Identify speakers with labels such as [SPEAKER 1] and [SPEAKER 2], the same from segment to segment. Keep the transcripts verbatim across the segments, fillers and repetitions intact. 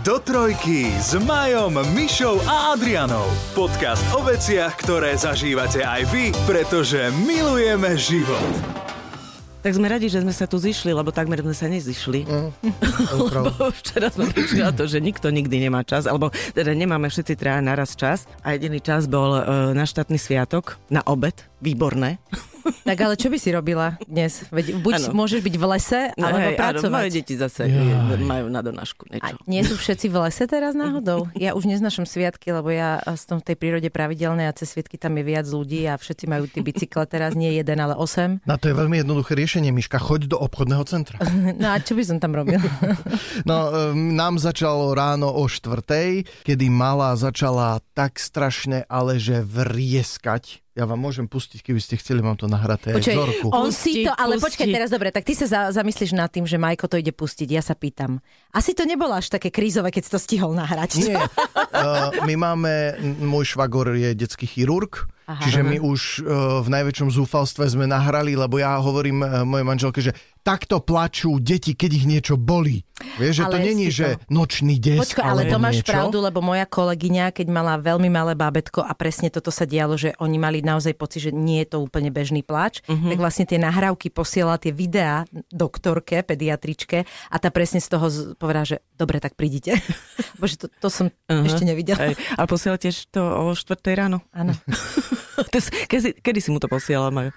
[SPEAKER 1] Do trojky s Majom, Mišou a Adrianou. Podcast o veciach, ktoré zažívate aj vy, pretože milujeme život.
[SPEAKER 2] Tak sme radi, že sme sa tu zišli, lebo takmer sme sa nezišli. Mm, lebo včera sme prišli na to, že nikto nikdy nemá čas, alebo teda nemáme všetci traja naraz čas. A jediný čas bol e, na štátny sviatok, na obed. Výborné.
[SPEAKER 3] Tak ale čo by si robila dnes? Veď buď ano. Môžeš byť v lese,
[SPEAKER 2] no,
[SPEAKER 3] alebo
[SPEAKER 2] hej,
[SPEAKER 3] pracovať.
[SPEAKER 2] Áno, moje deti zase Jaj. majú na donášku niečo.
[SPEAKER 3] A nie sú všetci v lese teraz náhodou? Ja už neznašam sviatky, lebo ja som v tej prírode pravidelnej a cez sviatky tam je viac ľudí a všetci majú tie bicykle teraz, nie jeden, ale osem.
[SPEAKER 4] No to je veľmi jednoduché riešenie, Miška, choď do obchodného centra.
[SPEAKER 3] No a čo by som tam robil?
[SPEAKER 4] No, nám začalo ráno o štvrtej, kedy malá začala tak strašne, ale že vrieskať. Ja vám môžem pustiť, keby ste chceli, mám to nahraté
[SPEAKER 3] Počuaj,
[SPEAKER 4] vzorku.
[SPEAKER 3] On si to, ale počkaj teraz, dobre, tak ty sa za, zamyslíš nad tým, že Majko to ide pustiť, ja sa pýtam. Asi to nebolo až také krízové, keď si to stihol nahrať.
[SPEAKER 4] Nie, uh, my máme, môj švagor je detský chirurg, Aha. čiže my už uh, v najväčšom zúfalstve sme nahrali, lebo ja hovorím uh, mojej manželke, že takto plačú deti, keď ich niečo bolí. Vieš, že ale to není, že nočný des.
[SPEAKER 3] Počkaj, ale to máš niečo? Pravdu, lebo moja kolegyňa, keď mala veľmi malé bábätko a presne toto sa dialo, že oni mali naozaj pocit, že nie je to úplne bežný pláč, uh-huh. tak vlastne tie nahrávky posiela tie videá doktorke, pediatričke a tá presne z toho povedala, že dobre, tak prídite. Bože, to, to som uh-huh. ešte nevidela. Hej.
[SPEAKER 2] A posiela tiež to o štvrtej ráno?
[SPEAKER 3] Áno.
[SPEAKER 2] kedy, kedy si mu to posiela, Majo?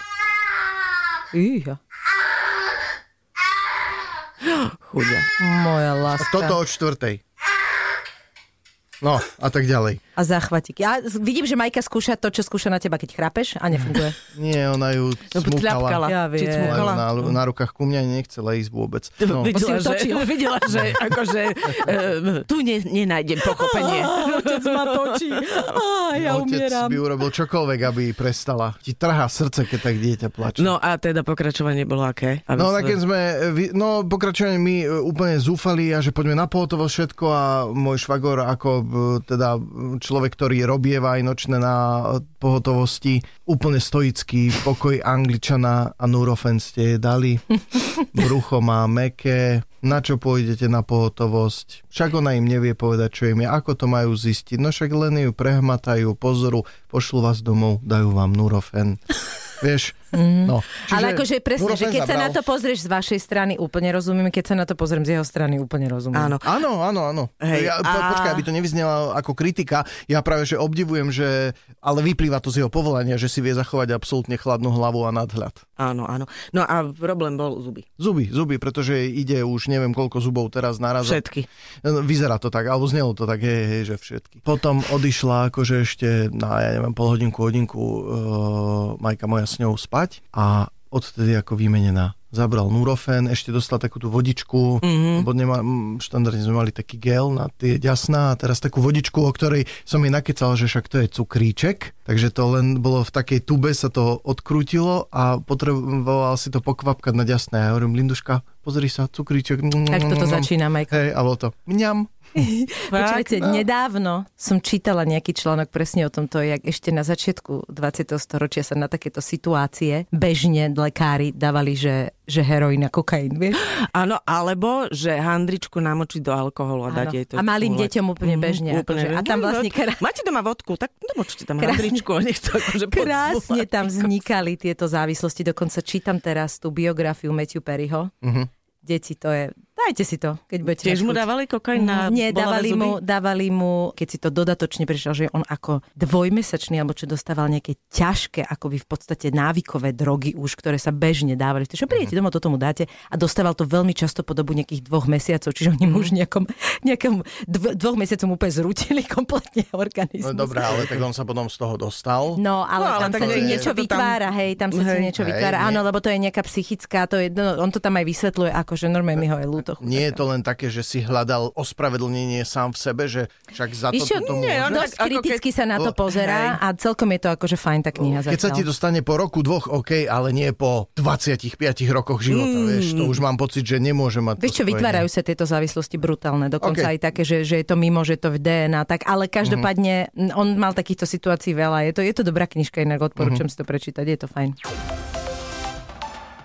[SPEAKER 3] Íha.
[SPEAKER 2] Chudia.
[SPEAKER 3] Moja láska.
[SPEAKER 4] Toto od štvrtej. No, a tak ďalej.
[SPEAKER 3] A záchvatíky. Ja vidím, že Majka skúša to, čo skúša na teba, keď chrápeš a nefunguje.
[SPEAKER 4] Nie, ona ju smúkala.
[SPEAKER 3] Ja viem.
[SPEAKER 4] Na, na rukách ku mňa nechcela ísť vôbec.
[SPEAKER 2] No. Videla, že, videla, že akože uh, tu ne, nenájdem pochopenie.
[SPEAKER 3] Otec ma točí. Á, ja
[SPEAKER 4] Otec
[SPEAKER 3] umieram.
[SPEAKER 4] by urobil čokoľvek, aby prestala. Ti trhá srdce, keď tak dieťa plače.
[SPEAKER 2] No a teda pokračovanie bolo aké?
[SPEAKER 4] Aby no, keď sme, no pokračovanie my úplne zúfali a že poďme na pohotovosť všetko a môj švagor ako teda človek, ktorý robieva aj nočné na pohotovosti, úplne stoický, pokoj Angličana a Nurofen ste dali. Brucho má mäkké. Na čo pôjdete na pohotovosť? Však ona im nevie povedať, čo im je. Ako to majú zistiť? No však len ju prehmatajú, pozoru, pošlu vás domov, dajú vám Nurofen. Vieš? Mm. No.
[SPEAKER 3] Ale akože presne, že keď zabral. Sa na to pozrieš z vašej strany, úplne rozumiem, keď sa na to pozriem z jeho strany, úplne rozumiem.
[SPEAKER 2] Áno,
[SPEAKER 4] áno, áno. áno. Hej, ja, po, a... Počkaj, aby to nevyznelo ako kritika, ja práve, že obdivujem, že, ale vyplýva to z jeho povolania, že si vie zachovať absolútne chladnú hlavu a nadhľad.
[SPEAKER 2] Áno, áno. No a problém bol zuby.
[SPEAKER 4] Zuby, zuby, pretože ide už neviem koľko zubov teraz naraz.
[SPEAKER 2] Všetky.
[SPEAKER 4] Vyzerá to tak, alebo znelo to tak, hej, hej, že všetky. Potom odišla akože ešte na, ja neviem, pol hodinku, hodinku uh, Majka moja s ňou spať a odtedy ako vymenená. Zabral Nurofen, ešte dostal takú tú vodičku, mm-hmm. lebo nema, štandardne sme mali taký gel na tie ďasná a teraz takú vodičku, o ktorej som jej nakecal, že však to je cukríček, takže to len bolo v takej tube, sa to odkrútilo a potreboval si to pokvapkať na ďasné. Ja hovorím, Linduška, pozri sa, cukríček.
[SPEAKER 3] Tak toto začína, Majko.
[SPEAKER 4] Hej, a bolo to mňam.
[SPEAKER 3] Počujete, no. Nedávno som čítala nejaký článok presne o tomto, jak ešte na začiatku dvadsiateho storočia sa na takéto situácie bežne lekári dávali, že, že heroín a kokain, vieš?
[SPEAKER 2] Áno, alebo že handričku namočiť do alkoholu a dať jej to.
[SPEAKER 3] A malým deťom úplne bežne. Mm, úplne akože, a tam vlastne krá...
[SPEAKER 2] Máte doma vodku, tak namočte tam krásne, handričku a nech to akože
[SPEAKER 3] krásne tam vznikali tieto závislosti. Dokonca čítam teraz tú biografiu Matthew Perryho. Mm-hmm. Deti, to je... Dajte si to, keď budete...
[SPEAKER 2] Tiež mu dávali kokain na
[SPEAKER 3] Nie, dávali mu, dávali mu, keď si to dodatočne prišiel, že on ako dvojmesačný, alebo čo dostával nejaké ťažké, akoby v podstate návykové drogy už, ktoré sa bežne dávali. Čo prídete domov, toto mu dáte a dostával to veľmi často po dobu nejakých dvoch mesiacov, čiže oni mu už nejakom, nejakom dv, dvoch mesiacom úplne zrútili kompletne organizmus.
[SPEAKER 4] No dobré, ale tak on sa potom z toho dostal.
[SPEAKER 3] No, ale, no, ale tam sa ti niečo vytvára, tam... hej, tam sa ti niečo hej, vytvára. Nie. Áno, lebo to je nejaká psychická, to je, no, on to tam aj vysvetľuje, akože normálne mi ho je ľúto.
[SPEAKER 4] Nie je to len také, že si hľadal ospravedlnenie sám v sebe, že však za to to môže.
[SPEAKER 3] Dosť kriticky keď... sa na to pozerá a celkom je to akože fajn tá kniha.
[SPEAKER 4] Keď zatiaľ. Sa ti dostane po roku, dvoch, OK, ale nie po dvadsiatich piatich rokoch života, mm. vieš, to už mám pocit, že nemôže mať.
[SPEAKER 3] Vieš čo, vytvárajú sa tieto závislosti brutálne, dokonca okay. aj také, že, že je to mimo, že je to v dé en á, tak, ale každopádne mm-hmm. on mal takýchto situácií veľa. Je to, je to dobrá knižka, inak odporúčam mm-hmm. si to prečítať, je to fajn.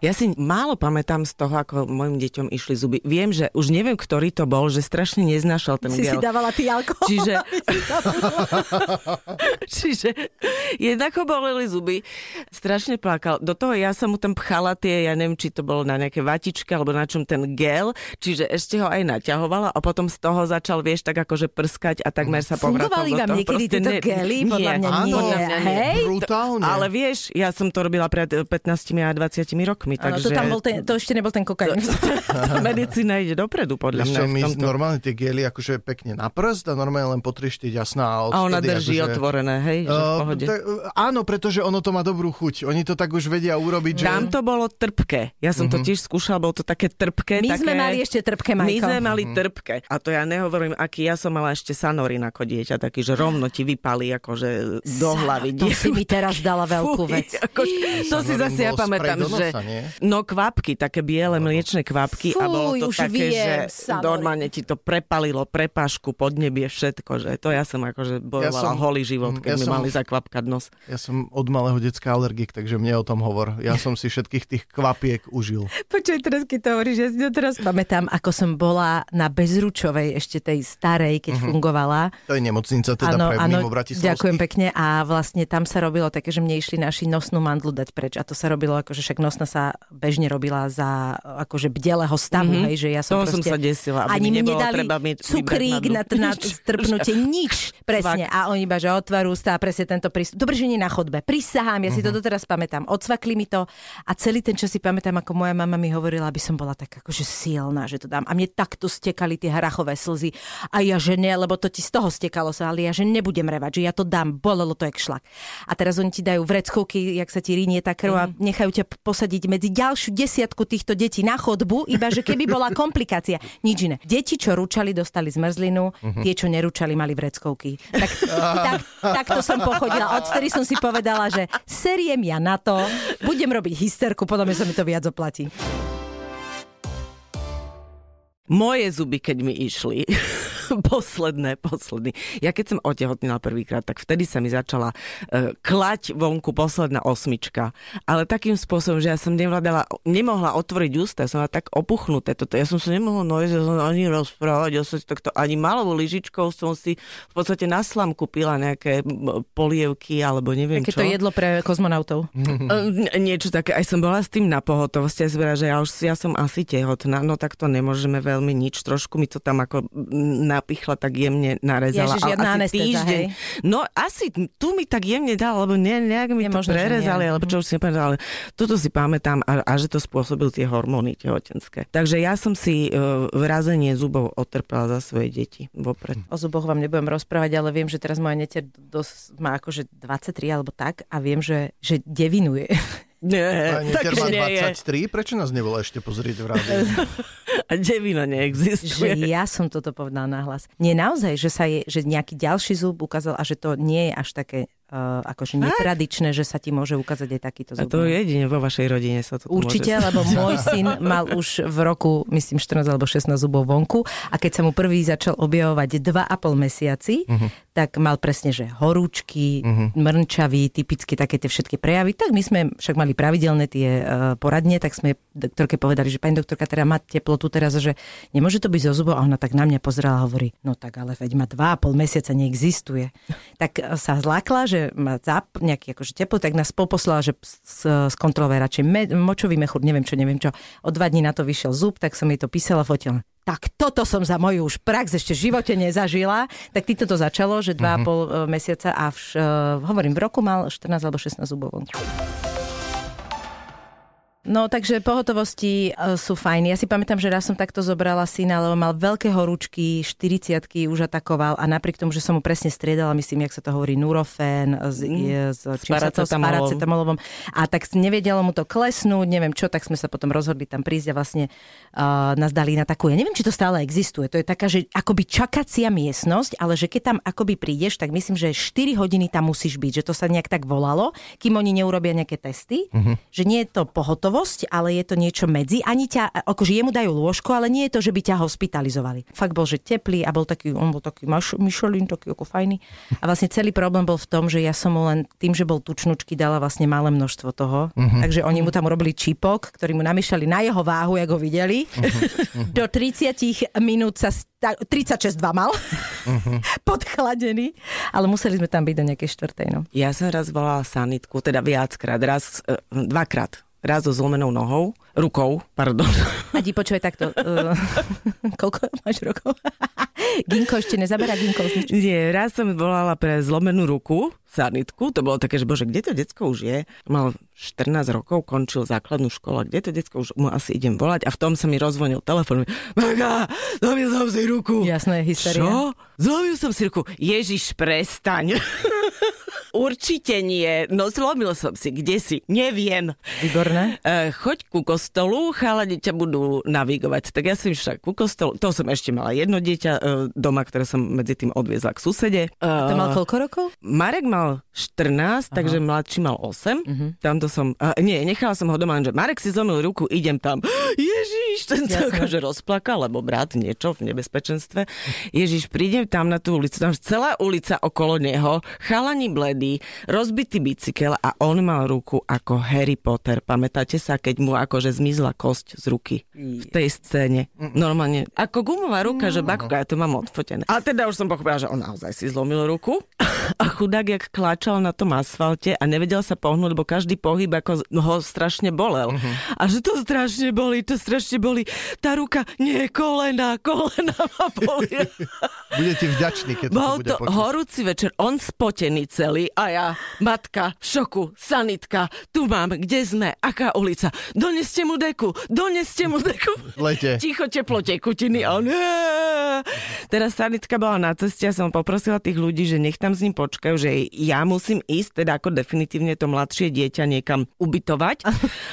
[SPEAKER 2] Ja si málo pamätám z toho, ako mojim deťom išli zuby. Viem, že už neviem, ktorý to bol, že strašne neznášal ten
[SPEAKER 3] si
[SPEAKER 2] gel.
[SPEAKER 3] Si dávala ty alkohol.
[SPEAKER 2] Čiže... Čiže jednako boleli zuby. Strašne plakal. Do toho ja som mu tam pchala tie, ja neviem, či to bolo na nejaké vatičke, alebo na čom ten gel, čiže ešte ho aj naťahovala a potom z toho začal, vieš, tak akože prskať a takmer sa povracal do toho.
[SPEAKER 3] Fungovali vám niekedy tieto
[SPEAKER 2] ne...
[SPEAKER 3] gely? Podľa mňa
[SPEAKER 4] áno,
[SPEAKER 3] nie.
[SPEAKER 2] Podľa mňa nie.
[SPEAKER 3] Hej?
[SPEAKER 4] Brutálne.
[SPEAKER 2] Ale vieš, ja som to robila pred pätnástimi a dvadsiatimi rokmi,
[SPEAKER 3] Áno,
[SPEAKER 2] takže...
[SPEAKER 3] to, tam bol ten, to ešte nebol ten kokain.
[SPEAKER 2] Tá medicína ide dopredu, podľa
[SPEAKER 4] Ešte
[SPEAKER 2] mňa.
[SPEAKER 4] my
[SPEAKER 2] tomto...
[SPEAKER 4] normálne tie gely akože pekne na prst a normálne len potrištiť jasná. A,
[SPEAKER 2] a ona drží
[SPEAKER 4] akože...
[SPEAKER 2] otvorené, hej, že v pohode.
[SPEAKER 4] Uh, t- áno, pretože ono to má dobrú chuť. Oni to tak už vedia urobiť, že...
[SPEAKER 2] Tam to bolo trpké. Ja som uh-huh. to tiež skúšala, bolo to také trpké.
[SPEAKER 3] My
[SPEAKER 2] také...
[SPEAKER 3] sme mali ešte trpké, Majko.
[SPEAKER 2] My sme mali trpké. A to ja nehovorím, aký ja som mala ešte sanorin ako dieťa, taký, že rovno ti vypali akože do hlavy.
[SPEAKER 3] To si mi teraz dala veľkú
[SPEAKER 2] Fuj,
[SPEAKER 3] vec.
[SPEAKER 2] Ako, to si zase ja pamätám, že... No kvapky, také biele mliečne kvapky.
[SPEAKER 3] Fúj,
[SPEAKER 2] a bolo to
[SPEAKER 3] už
[SPEAKER 2] také,
[SPEAKER 3] viem,
[SPEAKER 2] že
[SPEAKER 3] sanorin.
[SPEAKER 2] normálne ti to prepalilo, prepášku, podnebie, všetko. Že to ja som akože bojovala ja som, holý život, keď ja mi som, mali zakvapkať nos.
[SPEAKER 4] Ja som od malého decka alergik, takže mne o tom hovor. Ja som si všetkých tých kvapiek užil.
[SPEAKER 3] Počuj, teraz keď to hovoríš, ja si to teraz pamätám, ako som bola na Bezručovej, ešte tej starej, keď uh-huh. fungovala.
[SPEAKER 4] To je nemocnica teda
[SPEAKER 3] ano,
[SPEAKER 4] pre
[SPEAKER 3] ano,
[SPEAKER 4] mimo Bratislavských.
[SPEAKER 3] Ďakujem pekne a vlastne tam sa robilo také, že mne išli naši nosnú mandlu dať preč a to sa robilo, akože však nosna sa bežne robila za akože bdelého stavu, mm-hmm. hej, že ja som
[SPEAKER 2] to
[SPEAKER 3] proste...
[SPEAKER 2] som sa desila, aby
[SPEAKER 3] ani
[SPEAKER 2] mi
[SPEAKER 3] mi
[SPEAKER 2] nebolo
[SPEAKER 3] nedali
[SPEAKER 2] treba mi
[SPEAKER 3] cukrík na, na strpnutie, nič, presne. A oni iba, že otváru ústa a presne tento prístup. Dobre, že nie na chodbe. Prisahám, ja si to doteraz pamätám. Odsvakli mi to a celý ten čas si pamätám, ako moja mama mi hovorila, aby som bola tak akože silná, že to dám. A mne takto stekali tie hrachové slzy. A ja, že nie, lebo to ti z toho stekalo sa, ale ja, že nebudem revať, že ja to dám. Bolelo to jak šlak. A teraz oni ti dajú vreckovky, jak sa ti rinie tá krv a nechajú ťa posadiť medzi ďalšiu desiatku týchto detí na chodbu, iba že keby bola komplikácia. Nič iné. Deti, čo ručali, dostali zmrzlinu, uh-huh. tie, čo neručali, mali vreckovky. Tak, tak, takto som pochodila. Odtedy som si povedala, že seriem ja na to, budem robiť hysterku, podľa mňa sa mi to viac oplatí.
[SPEAKER 2] Moje zuby, keď mi išli, posledné, posledný. Ja keď som otehotnila prvýkrát, tak vtedy sa mi začala uh, klať vonku posledná osmička. Ale takým spôsobom, že ja som nevládala, nemohla otvoriť ústa, som mala tak opuchnuté toto. Ja som sa nemohla no, ja som ani rozprávať, ja som si takto, ani malovou lyžičkou som si v podstate na slamku pila nejaké polievky, alebo neviem
[SPEAKER 3] Také
[SPEAKER 2] čo.
[SPEAKER 3] Také to jedlo pre kozmonautov.
[SPEAKER 2] Uh, niečo také. Aj som bola s tým na pohotovosti. Ja si že ja už ja som asi tehotná, no tak to nemôžeme veľmi nič. Trošku mi to tam ako napichla, tak jemne narezala.
[SPEAKER 3] Ježiš, žiadna anestéza, hej?
[SPEAKER 2] No asi tu mi tak jemne dal, lebo ne, nejak mi to možno, prerezali, alebo čo už si nepamätala, ale toto si pamätám a, a že to spôsobil tie hormóny tehotenské. Takže ja som si uh, vrazenie zubov otrpela za svoje deti vopred.
[SPEAKER 3] O zuboch vám nebudem rozprávať, ale viem, že teraz moja neter dosť, má akože dvadsaťtri alebo tak a viem, že, že devinuje.
[SPEAKER 2] Nie,
[SPEAKER 4] tak má dvadsaťtri? Prečo nás nebola ešte pozrieť v rádiu?
[SPEAKER 2] A devina neexistuje.
[SPEAKER 3] Že ja som toto povedala nahlas. Nie naozaj, že sa je, že nejaký ďalší zub ukázal a že to nie je až také uh, akože netradičné, že sa ti môže ukázať aj takýto zub.
[SPEAKER 2] A to jedine vo vašej rodine sa to
[SPEAKER 3] určite,
[SPEAKER 2] môže...
[SPEAKER 3] lebo môj syn mal už v roku, myslím, štrnásť alebo šestnásť zubov vonku a keď sa mu prvý začal objavovať dva a pol mesiaci, uh-huh. tak mal presne, že horúčky, uh-huh. mrnčavý, typicky také tie všetky prejavy. Tak my sme však mali pravidelné tie uh, poradne, tak sme doktorke povedali, že pani doktorka teda má teplotu teraz, že nemôže to byť zo zubov a ona tak na mňa pozerala a hovorí, no tak ale veď má dva a pol mesiaca, neexistuje. Tak sa zlákla, že má zap, nejaký akože teplo, tak nás poposlala, že skontrolovať radšej me, močový mechúr, neviem čo, neviem čo. O dva dní na to vyšiel zub, tak som jej to písala, fotila. Tak toto som za moju už prax ešte v živote nezažila. Tak týto to začalo, že dva a pol uh-huh. mesiaca a vš, uh, hovorím, v roku mal štrnásť alebo šestnásť zubov vonku. No, takže pohotovosti uh, sú fajn. Ja si pamätám, že raz som takto zobrala syna, lebo mal veľké horúčky, štyridsiatky už atakoval a napriek tomu, že som mu presne striedala, myslím, jak sa to hovorí, Nurofen s, mm. s, s paracetamolom. A tak nevedelo mu to klesnúť, neviem čo, tak sme sa potom rozhodli tam prísť a vlastne uh, nás dali na takú, ja neviem, či to stále existuje. To je taká, že akoby čakacia miestnosť, ale že keď tam akoby prídeš, tak myslím, že štyri hodiny tam musíš byť, že to sa nejak tak volalo, kým oni neurobia nejaké testy, mm-hmm. že nie je to pohotovo, pohotovosť, ale je to niečo medzi. Ani ťa, akože jemu dajú lôžko, ale nie je to, že by ťa hospitalizovali. Fakt bol, že teplý a bol taký, on bol taký Michelin, taký ako fajný. A vlastne celý problém bol v tom, že ja som mu len tým, že bol tučnučky, dala vlastne malé množstvo toho. Uh-huh. Takže oni mu tam urobili čípok, ktorý mu namiešali na jeho váhu, jak ho videli. Uh-huh. Do tridsať minút sa tridsaťšesť dva mal. Uh-huh. Podchladený. Ale museli sme tam byť do nejakej štvrtej. No.
[SPEAKER 2] Ja som raz volala sanitku, teda viackrát, raz, dvakrát. Raz so zlomenou nohou, rukou, pardon.
[SPEAKER 3] A ti počúvaj takto, uh, koľko máš rokov? Ginko ešte nezaberá Ginko?
[SPEAKER 2] Nie, raz som volala pre zlomenú ruku, sanitku, to bolo také, že bože, kde to decko už je? Mal štrnásť rokov, končil základnú školu, kde to decko už mu asi idem volať a v tom sa mi rozvonil telefon. Maga, zlomil som si ruku.
[SPEAKER 3] Jasné, hysteria.
[SPEAKER 2] Čo? Zlomil som si ruku. Ježiš, prestaň. Určite nie. No zlomil som si. Kde si? Neviem.
[SPEAKER 3] Výborné.
[SPEAKER 2] E, choď ku kostolu, chalani ťa budú navigovať. Tak ja som išla ku kostolu. To som ešte mala jedno dieťa e, doma, ktoré som medzi tým odviezla k susede. E,
[SPEAKER 3] to mal koľko rokov?
[SPEAKER 2] Marek mal štrnásť, Aha. takže mladší mal osem. Uh-huh. Tamto som... E, nie, nechala som ho doma, že Marek si zlomil ruku, idem tam. Ježiš, ten sa akože rozplakal, lebo brat niečo v nebezpečenstve. Ježiš, prídem tam na tú ulicu. Tam celá ulica okolo neho. Chalani bledí, rozbitý bicykel a on mal ruku ako Harry Potter. Pamätáte sa, keď mu akože zmizla kosť z ruky v tej scéne? Normálne, ako gumová ruka, že bakka, ja to mám odfotené. A teda už som pochopila, že on naozaj si zlomil ruku a chudák jak kláčal na tom asfalte a nevedel sa pohnúť, lebo každý pohyb ako ho strašne bolel. Uh-huh. A že to strašne boli, to strašne boli. Tá ruka, nie, kolena, kolena ma boli.
[SPEAKER 4] Budete vďační, keď to
[SPEAKER 2] Bol
[SPEAKER 4] bude
[SPEAKER 2] to
[SPEAKER 4] počuť.
[SPEAKER 2] horúci večer, on spotený celý a ja, matka, v šoku, sanitka, tu mám, kde sme, aká ulica, doneste mu deku, doneste mu deku.
[SPEAKER 4] Lete.
[SPEAKER 2] Ticho, teplo, tekutiny a on... Teraz sanitka bola na ceste, ja som poprosila tých ľudí, že nech tam s ním počkajú, že ja musím ísť, teda ako definitívne to mladšie dieťa niekam ubytovať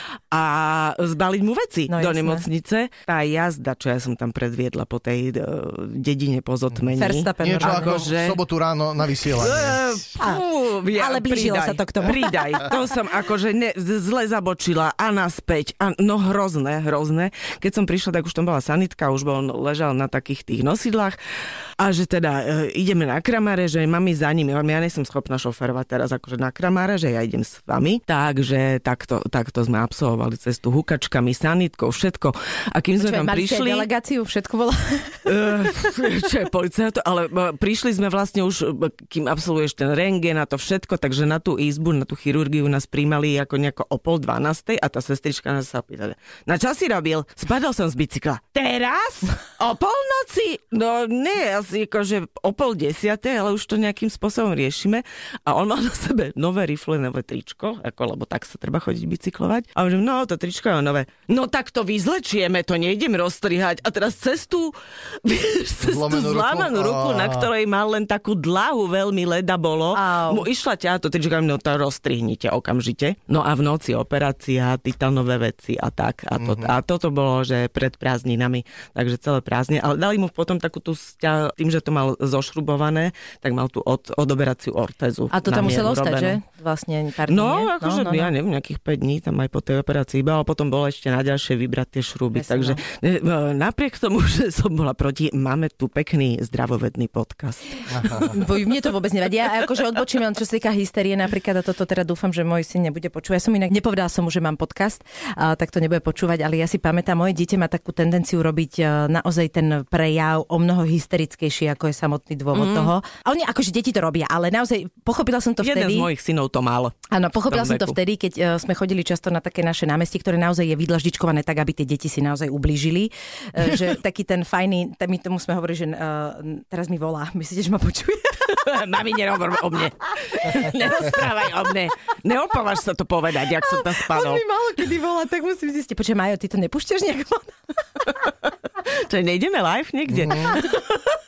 [SPEAKER 2] a zbaliť mu veci
[SPEAKER 3] no,
[SPEAKER 2] do
[SPEAKER 3] jasné.
[SPEAKER 2] nemocnice. Tá jazda, čo ja som tam predviedla po tej uh, dedine po zotmení.
[SPEAKER 3] Verstappen.
[SPEAKER 4] Niečo ako
[SPEAKER 2] že...
[SPEAKER 4] v sobotu ráno na vysielanie.
[SPEAKER 2] Fú, ja,
[SPEAKER 3] ale blížilo
[SPEAKER 2] pridaj,
[SPEAKER 3] sa to k tomu.
[SPEAKER 2] Pridaj. To som akože ne, zle zabočila a naspäť. A, no hrozné, hrozné. Keď som prišla, tak už tam bola sanitka, už bol ležal na takých tých nosidlách. A že teda e, ideme na Kramáre, že mami za nimi. Ja nesom schopná šoferovať teraz akože na Kramáre, že ja idem s vami. Takže takto, takto sme absolvovali cestu hukačkami, sanitkou, všetko. A kým sme
[SPEAKER 3] Čo,
[SPEAKER 2] tam prišli...
[SPEAKER 3] delegáciu, všetko bolo...
[SPEAKER 2] Uh, čo je policajt, ale prišli sme vlastne už, kým absolvuješ ten rentgen a to všetko, takže na tú izbu, na tú chirurgiu nás príjmali ako nejako o pol dvanástej a tá sestrička nás sa pýtala, na čo si robil? Spadol som z bicykla. Teraz? O polnoci? No nie, asi akože o pol desiatej, ale už to nejakým spôsobom riešime. A on mal na sebe nové rifle, nové tričko, ako, lebo tak sa treba chodiť bicyklovať. A on že, no to tričko je nové. No tak to vyzlečieme, to nejdem roztrihať. A teraz cestu, cestu zlámanú ruku, ruku na ktorej mal len takú dlahu, veľmi leda bolo. Au. Mu išla ťa to tričko, no to roztrihnite okamžite. No a v noci operácia, titanové veci a tak. A, to, mm-hmm. a toto bolo, že pred prázdninami, takže celé prázdne. Ale dali mu potom takú tú sťa, tým, že to mal zošrubované, tak mal tú od, odoberaciu ortézu.
[SPEAKER 3] A to tam muselo ostať, že? Vlastne pár dní,
[SPEAKER 2] No, akože,
[SPEAKER 3] no, no, no.
[SPEAKER 2] ja neviem, nejakých päť dní tam aj po tej operácii iba, ale potom bolo ešte na ďalšie vybrať tie šruby.
[SPEAKER 3] Presne,
[SPEAKER 2] takže no. napriek tomu, že som bola proti, máme tu pekný zdravovedný podcast.
[SPEAKER 3] Boj, mne to vôbec nevadí. Ja akože odbočím, čo sa týka hysterie napríklad, a toto teda dúfam, že môj syn nebude počúvať. Ja som inak nepovedala som mu, že mám podcast, a tak to nebude počúvať, ale ja si pamätám, moje dieťa má takú tendenciu robiť naozaj ten prejav o mnoho hysterickejší, ako je samotný dôvod mm. toho. A oni akože deti to robia, ale naozaj pochopila som to
[SPEAKER 2] Jeden
[SPEAKER 3] vtedy.
[SPEAKER 2] Jeden z mojich synov to mal.
[SPEAKER 3] Áno, pochopila som to vtedy, keď uh, sme chodili často na také naše námestie, ktoré naozaj je vydlaždičkované tak, aby tie deti si naozaj ublížili. Uh, že taký ten fajný, my tomu sme hovorili, že uh, teraz mi volá. Myslíte, že ma počuje?
[SPEAKER 2] Mami, nerovor o mne. Nerozprávaj o mne. Neopováž sa to povedať, jak som tam spadol.
[SPEAKER 3] On mi málo kedy volá, tak musím zistiť. Počuj, Majo, ty to nepúšťaš nejak?
[SPEAKER 2] Čo, nejdeme live niekde?
[SPEAKER 3] No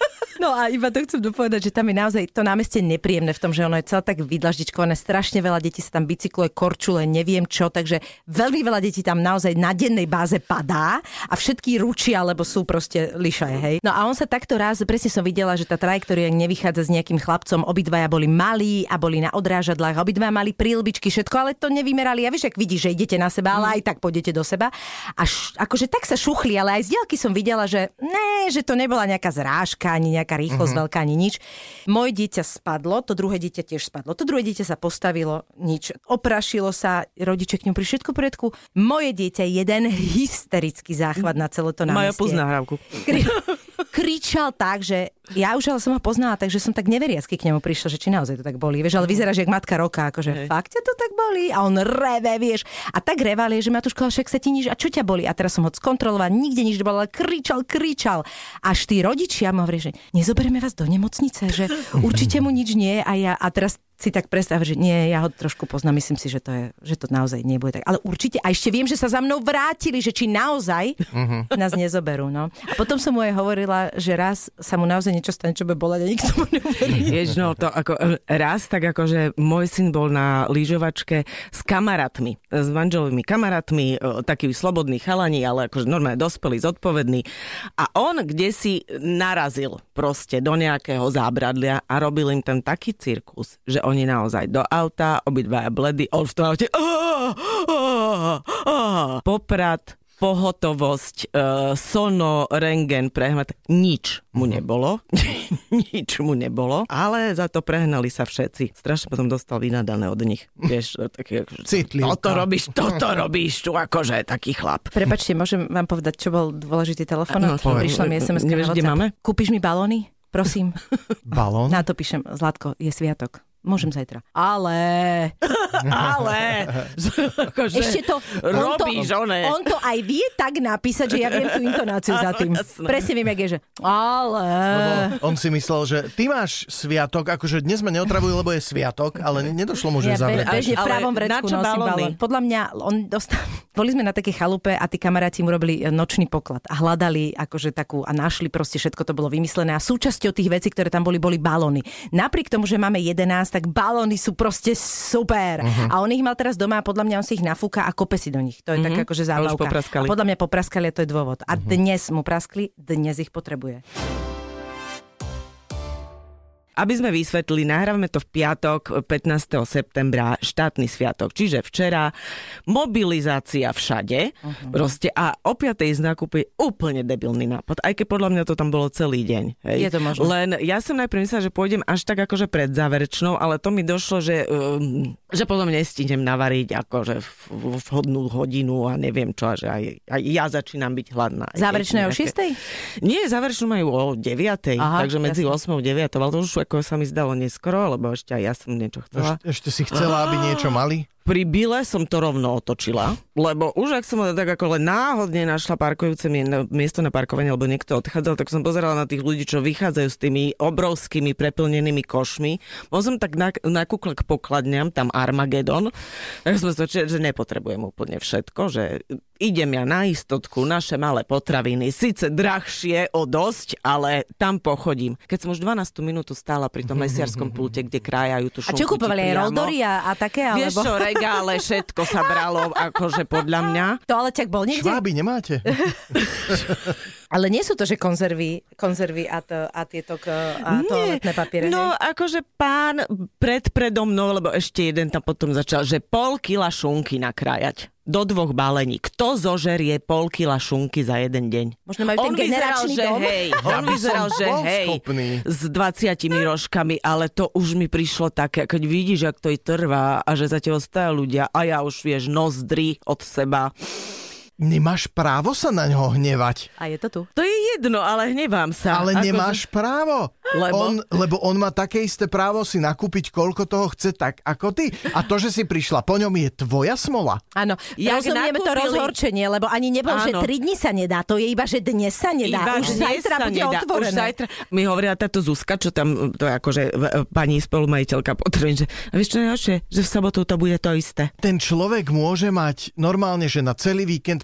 [SPEAKER 3] No a iba to chcem dopovedať, že tam je naozaj to námestie nepríjemné v tom, že ono je celé tak vydlaždičkované, strašne veľa detí sa tam bicykluje, korčule, neviem čo, takže veľmi veľa detí tam naozaj na dennej báze padá a všetky ručia, lebo sú proste lišaje, hej. No a on sa takto raz, presne som videla, že tá trajektória nevychádza s nejakým chlapcom, obidvaja boli malí a boli na odrážadlách, obidvaja mali príľbičky, všetko, ale to nevymerali. Ja vieš, ak vidíš, že idete na seba, ale aj tak pôjdete do seba. A š, akože tak sa šuchli, ale aj z diaľky som videla, že ne, že to nebola nejaká zrážka, ani nejaká rýchlosť uh-huh. veľká, ani nič. Moje dieťa spadlo, to druhé dieťa tiež spadlo. To druhé dieťa sa postavilo, nič. Oprašilo sa, rodiče k ňu pri všetko v poriadku. Moje dieťa jeden hysterický záchvat na celé to námestie.
[SPEAKER 2] Majú púsť nahrávku.
[SPEAKER 3] Kri- kričal tak, že ja už ale som ho poznala, takže som tak neveriacky k nemu prišla, že či naozaj to tak boli. Vieš, ale vyzeráš jak matka roka, akože hej. Fakt ťa to tak boli? A on reve, vieš. A tak reval je, že Matúško, však sa ti nič, a čo ťa boli? A teraz som ho skontrolovala, nikde nič nebolo, ale kričal, kričal. Až tí rodičia mu hovorí, že nezoberieme vás do nemocnice, že určite mu nič nie. A ja a teraz si tak predstav, že nie, ja ho trošku poznám, myslím si, že to je, že to naozaj nebude tak. Ale určite, a ešte viem, že sa za mnou vrátili, že či naozaj uh-huh. nás nezoberú, no. A potom som mu aj hovorila, že raz sa mu naozaj niečo stane, čo by bola, a nikto mu neuverí.
[SPEAKER 2] Vieš, no to ako raz, tak ako, že môj syn bol na lyžovačke s kamarátmi, s manželovými kamarátmi, takí slobodní chalani, ale akože normálne dospelí, zodpovední. A on kdesi narazil proste do nejakého zábradlia a robil im tam taký cirkus, že oni naozaj do auta, obidvaja bledy, on v tom aute oh, oh, oh. Poprad, pohotovosť, uh, sono, rengen, prehmat, nič mu nebolo. Nič mu nebolo, ale za to prehnali sa všetci. Strašne potom dostal vynadané od nich. Vieš, také, toto robíš, toto robíš, tu akože taký chlap.
[SPEAKER 3] Prepačte, môžem vám povedať, čo bol dôležitý telefón? No, prišla mi es em eska na WhatsApp. Máme? Kúpiš mi balóny? Prosím.
[SPEAKER 4] Balón?
[SPEAKER 3] Na to píšem, Zlatko, je sviatok. Môžem zajtra. Ale...
[SPEAKER 2] Ale... Akože
[SPEAKER 3] ešte to... On to, on to aj vie tak napísať, že ja viem tú intonáciu za tým. Presne viem, jak je, že... Ale...
[SPEAKER 4] Lebo on si myslel, že ty máš sviatok, akože dnes ma neotravujú, lebo je sviatok, ale nedošlo mu, že
[SPEAKER 3] ja,
[SPEAKER 4] zavrieť.
[SPEAKER 3] Bežne v pravom vrecku nosí balón. Podľa mňa, on dostal... Boli sme na takej chalupe a tí kamaráti mu robili nočný poklad a hľadali akože takú a našli proste všetko, to bolo vymyslené a súčasťou tých vecí, ktoré tam boli, boli balóny. Napriek tomu, že máme jedenásť, tak balóny sú proste super. Uh-huh. A on ich mal teraz doma a podľa mňa on si ich nafúka a kope si do nich. To je uh-huh. tak akože zábavka. A podľa mňa popraskali a to je dôvod. A uh-huh. dnes mu praskli, dnes ich potrebuje.
[SPEAKER 2] Aby sme vysvetlili, nahrávame to v piatok pätnásteho septembra, štátny sviatok, čiže včera mobilizácia všade, uh-huh. proste a o piatej ísť nakúpiť úplne debilný nápad, aj keď podľa mňa to tam bolo celý deň. Hej.
[SPEAKER 3] Je to možné.
[SPEAKER 2] Len ja som najprv myslela, že pôjdem až tak akože pred záverečnou, ale to mi došlo, že, um, že potom nestihnem navariť akože v vhodnú hodinu a neviem čo, že aj, aj ja začínam byť hladná.
[SPEAKER 3] Záverečné o šiestej?
[SPEAKER 2] Nie, záverečnú majú o deviatej, takže medzi ôsmou a deviatou, ale to už ako sa mi zdalo neskoro, lebo ešte aj ja som niečo chcela.
[SPEAKER 4] Ešte, ešte si chcela, aby niečo mali?
[SPEAKER 2] Pri bile som to rovno otočila, lebo už ak som tak ako len náhodne našla parkujúce miesto na parkovanie, alebo niekto odchádzal, tak som pozerala na tých ľudí, čo vychádzajú s tými obrovskými preplnenými košmi. Možno tak nakúkla k pokladňam, tam Armagedon, tak som to, že nepotrebujem úplne všetko, že idem ja na istotku, naše malé potraviny, síce drahšie o dosť, ale tam pochodím. Keď som už dvanástu minútu stála pri tom mesiarskom pulte, kde krájajú tú šunku.
[SPEAKER 3] A čo kúpovali, aj roldory a, a také? Alebo...
[SPEAKER 2] Vieš čo, regále, všetko sa bralo, akože podľa mňa.
[SPEAKER 3] Toaleťak bol niekde?
[SPEAKER 4] Šváby nemáte?
[SPEAKER 3] Ale nie sú to, že konzervy, konzervy a, to, a tieto a toaletné papiere.
[SPEAKER 2] No, hej? Akože pán pred predo mnou, lebo ešte jeden tam potom začal, že pol kila šunky nakrájať. Do dvoch balení. Kto zožerie pol kila šunky za jeden deň?
[SPEAKER 3] Možno majú ten generačný
[SPEAKER 2] vyzeral,
[SPEAKER 3] dom.
[SPEAKER 2] Že hej, on vyzeral, že hej, s dvadsiatimi rožkami, ale to už mi prišlo také, keď vidíš, jak to i trvá a že za teba stoja ľudia a ja už vieš, nozdry od seba.
[SPEAKER 4] Nemáš právo sa na ňo hnevať.
[SPEAKER 3] A je to tu.
[SPEAKER 2] To je jedno, ale hnevám sa.
[SPEAKER 4] Ale
[SPEAKER 2] ako
[SPEAKER 4] nemáš že... právo.
[SPEAKER 2] Lebo?
[SPEAKER 4] On, lebo on má také isté právo si nakúpiť, koľko toho chce, tak ako ty. A to, že si prišla po ňom, je tvoja smola.
[SPEAKER 3] Áno, rozumieme nakúpili... to rozhorčenie, lebo ani nebol, áno. že tri dni sa nedá. To je iba, že dnes sa nedá. Iba už zajtra bude nedá. Otvorené. Už zajtra.
[SPEAKER 2] Mi hovorila táto Zuzka, čo tam, to je akože pani spolumajiteľka potrebuje, že a vieš čo najhoršie, že v sobotu to bude to isté.
[SPEAKER 4] Ten človek môže mať normálne, že na celý víkend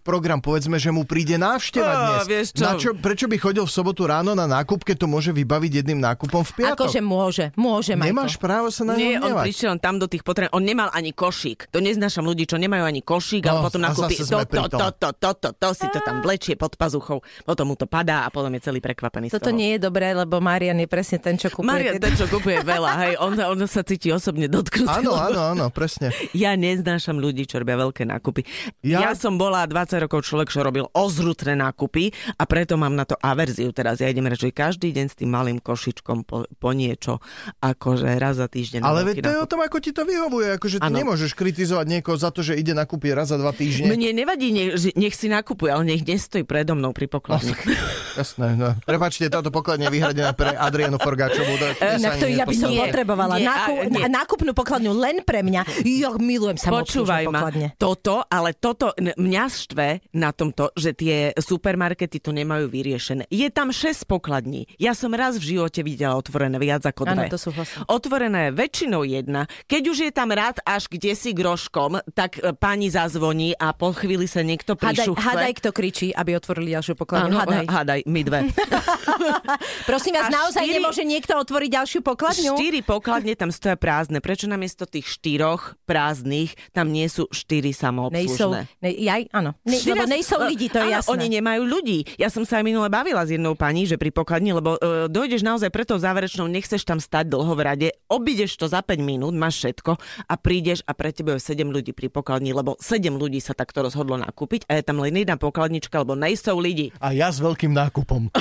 [SPEAKER 4] program, povedzme, že mu príde návšteva dnes.
[SPEAKER 2] Vieš čo?
[SPEAKER 4] Na čo, prečo by chodil v sobotu ráno na nákup, keď to môže vybaviť jedným nákupom v piatok?
[SPEAKER 3] Akože môže, môže, Majko.
[SPEAKER 4] Nemáš právo sa na
[SPEAKER 2] Nie,
[SPEAKER 4] ňom
[SPEAKER 2] on
[SPEAKER 4] hnevať.
[SPEAKER 2] prišiel tam do tých potreb, on nemal ani košík. To neznášam ľudí, čo nemajú ani košík,
[SPEAKER 4] No,
[SPEAKER 2] ale potom
[SPEAKER 4] a
[SPEAKER 2] nakúpi
[SPEAKER 4] zase
[SPEAKER 2] to,
[SPEAKER 4] sme pri
[SPEAKER 2] to,
[SPEAKER 4] tom.
[SPEAKER 2] to, to, to, to, to, si to tam vlečie pod pazuchou, potom mu to padá a potom je celý prekvapený z
[SPEAKER 3] Toto
[SPEAKER 2] toho.
[SPEAKER 3] nie je dobré, lebo Marian je presne ten, čo kupuje.
[SPEAKER 2] Marian,
[SPEAKER 3] tieto-
[SPEAKER 2] ten, čo kupuje veľa, hej, on, on sa cíti osobne dotknutý.
[SPEAKER 4] Áno,
[SPEAKER 2] lebo
[SPEAKER 4] áno, áno, presne.
[SPEAKER 2] Ja neznášam ľudí, čo robia veľké nákupy.
[SPEAKER 4] Ja-
[SPEAKER 2] Ja... ja som bola dvadsať rokov človek, čo robil ozrutné nákupy a preto mám na to averziu teraz. Ja idem radšej každý deň s tým malým košičkom po, po niečo, akože raz za týždeň.
[SPEAKER 4] Ale
[SPEAKER 2] veľký
[SPEAKER 4] veď to je o
[SPEAKER 2] nákup.
[SPEAKER 4] tom, ako ti to vyhovuje. Akože ty
[SPEAKER 2] Áno.
[SPEAKER 4] nemôžeš kritizovať niekoho za to, že ide nakúpiť raz za dva týždne.
[SPEAKER 2] Mne nevadí, nech, že- nech si nakupuje, ale nech nestojí predo mnou pri pokladni.
[SPEAKER 4] Jasné, no. Prepáčte, táto pokladňa je vyhradená pre Adrianu Forgáčovú. do- sa
[SPEAKER 3] Inak to
[SPEAKER 4] ani
[SPEAKER 3] ja by som
[SPEAKER 2] Nie,
[SPEAKER 3] potrebovala.
[SPEAKER 2] nie,
[SPEAKER 3] Nákup,
[SPEAKER 2] a- nie.
[SPEAKER 3] nákupnú pokladňu len pre mňa. Ja milujem
[SPEAKER 2] Počúvaj
[SPEAKER 3] samoobslužné
[SPEAKER 2] ma,
[SPEAKER 3] pokladne.
[SPEAKER 2] toto, ale toto n- mňa štve na tomto, že tie supermarkety to nemajú vyriešené. Je tam šesť pokladní. Ja som raz v živote videla otvorené viac ako
[SPEAKER 3] Áno,
[SPEAKER 2] dve.
[SPEAKER 3] to súhlasím.
[SPEAKER 2] Otvorené je väčšinou jedna. Keď už je tam rád až kde si groškom, tak e, pani zazvoní a po chvíli sa niekto
[SPEAKER 3] Hadaj,
[SPEAKER 2] prišuchce.
[SPEAKER 3] hadaj, kto kričí, aby otvorili ďalšiu pokladňu.
[SPEAKER 2] Áno,
[SPEAKER 3] Hadaj.
[SPEAKER 2] hadaj, my dve.
[SPEAKER 3] Prosím vás,
[SPEAKER 2] A
[SPEAKER 3] naozaj
[SPEAKER 2] štyri-
[SPEAKER 3] nemôže niekto otvoriť ďalšiu pokladňu?
[SPEAKER 2] Štyri pokladne tam stoja prázdne. Prečo namiesto tých štyroch prázdnych tam nie sú štyri
[SPEAKER 3] Nejsou,
[SPEAKER 2] samoobslužné?
[SPEAKER 3] ne, jaj, áno. Ne,
[SPEAKER 2] Štyria-
[SPEAKER 3] lebo nejsou ľudí, to je
[SPEAKER 2] áno,
[SPEAKER 3] jasné.
[SPEAKER 2] Oni nemajú ľudí. Ja som sa aj minule bavila s jednou pani, že pri pokladni, lebo uh, dojdeš naozaj pre tou záverečnou, nechceš tam stať dlho v rade, obídeš to za päť minút, máš všetko a prídeš a pre teba je sedem ľudí pri pokladni, lebo sedem ľudí sa takto rozhodlo nakúpiť a je tam len jedna pokladnička, lebo nejsou ľudí.
[SPEAKER 4] A ja s veľkým nákupom.